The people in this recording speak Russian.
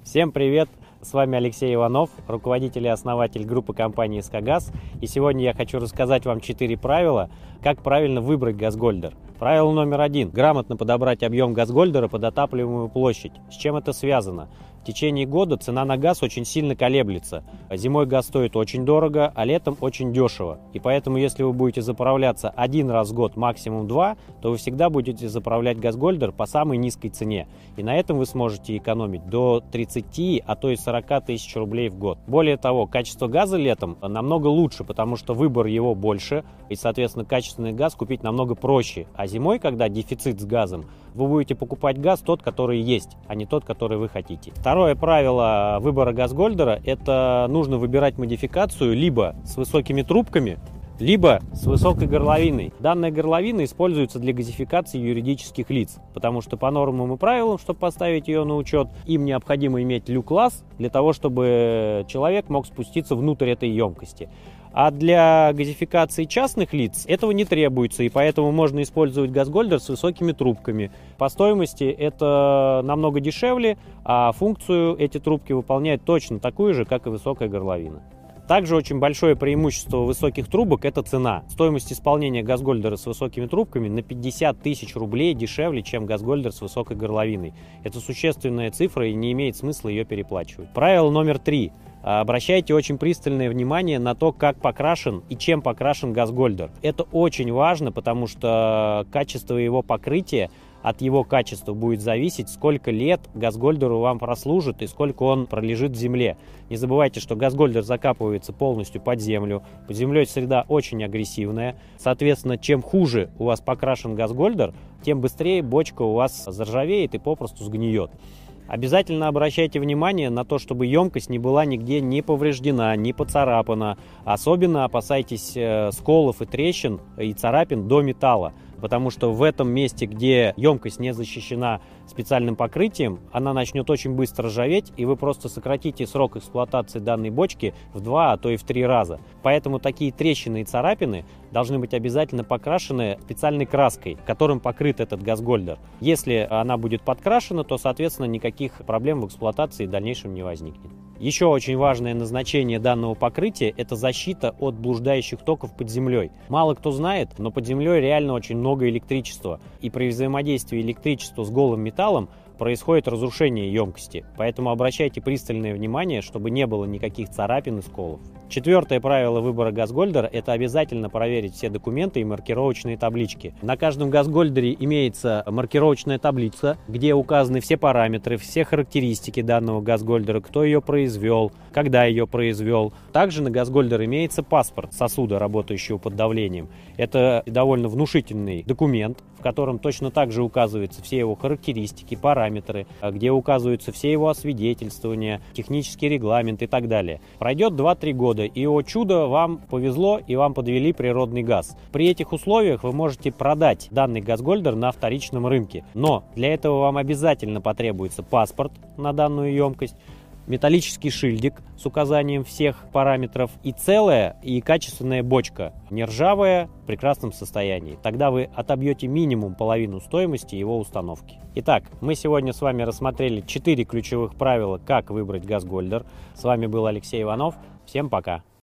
Всем привет! С вами Алексей Иванов, руководитель и основатель группы компании «СК-Газ». И сегодня я хочу рассказать вам 4 правила, как правильно выбрать газгольдер. Правило номер 1. Грамотно подобрать объем газгольдера под отапливаемую площадь. С чем это связано? В течение года цена на газ очень сильно колеблется. Зимой газ стоит очень дорого, а летом очень дешево. И поэтому, если вы будете заправляться один раз в год, максимум 2, то вы всегда будете заправлять газгольдер по самой низкой цене. И на этом вы сможете экономить до 30, а то и 40 тысяч рублей в год. Более того, качество газа летом намного лучше, потому что выбор его больше, и, соответственно, качественный газ купить намного проще. А зимой, когда дефицит с газом, вы будете покупать газ тот, который есть, а не тот, который вы хотите. Второе правило выбора газгольдера – это нужно выбирать модификацию либо с высокими трубками, либо с высокой горловиной. Данная горловина используется для газификации юридических лиц, потому что по нормам и правилам, чтобы поставить ее на учет, им необходимо иметь люк-класс для того, чтобы человек мог спуститься внутрь этой емкости. А для газификации частных лиц этого не требуется, и поэтому можно использовать газгольдер с высокими трубками. По стоимости это намного дешевле, а функцию эти трубки выполняют точно такую же, как и высокая горловина. Также очень большое преимущество высоких трубок – это цена. Стоимость исполнения газгольдера с высокими трубками на 50 тысяч рублей дешевле, чем газгольдер с высокой горловиной. Это существенная цифра, и не имеет смысла ее переплачивать. Правило номер 3. Обращайте очень пристальное внимание на то, как покрашен и чем покрашен газгольдер. Это очень важно, потому что качество его покрытия от его качества будет зависеть, сколько лет газгольдеру вам прослужит и сколько он пролежит в земле. Не забывайте, что газгольдер закапывается полностью под землю. Под землей среда очень агрессивная. Соответственно, чем хуже у вас покрашен газгольдер, тем быстрее бочка у вас заржавеет и попросту сгниет. Обязательно обращайте внимание на то, чтобы емкость не была нигде не повреждена, не поцарапана. Особенно опасайтесь сколов и трещин и царапин до металла, потому что в этом месте, где емкость не защищена специальным покрытием, она начнет очень быстро ржаветь, и вы просто сократите срок эксплуатации данной бочки в 2, а то и в 3 раза. Поэтому такие трещины и царапины должны быть обязательно покрашены специальной краской, которым покрыт этот газгольдер. Если она будет подкрашена, то, соответственно, никаких проблем в эксплуатации в дальнейшем не возникнет. Еще очень важное назначение данного покрытия – это защита от блуждающих токов под землей. Мало кто знает, но под землей реально очень много электричества. И при взаимодействии электричества с голым металлом происходит разрушение емкости. Поэтому обращайте пристальное внимание, чтобы не было никаких царапин и сколов. Четвертое правило выбора газгольдера – это обязательно проверить все документы и маркировочные таблички. На каждом газгольдере имеется маркировочная таблица, где указаны все параметры, все характеристики данного газгольдера, кто ее произвел, когда ее произвел. Также на газгольдер имеется паспорт сосуда, работающего под давлением. Это довольно внушительный документ, в котором точно так же указываются все его характеристики, параметры, где указываются все его освидетельствования, технический регламент и так далее. Пройдет 2-3 года, и, о чудо, вам повезло и вам подвели природный газ. При этих условиях вы можете продать данный газгольдер на вторичном рынке. Но для этого вам обязательно потребуется паспорт на данную емкость, металлический шильдик с указанием всех параметров и целая и качественная бочка, не ржавая, в прекрасном состоянии. Тогда вы отобьете минимум половину стоимости его установки. Итак, мы сегодня с вами рассмотрели 4 ключевых правила, как выбрать газгольдер. С вами был Алексей Иванов. Всем пока!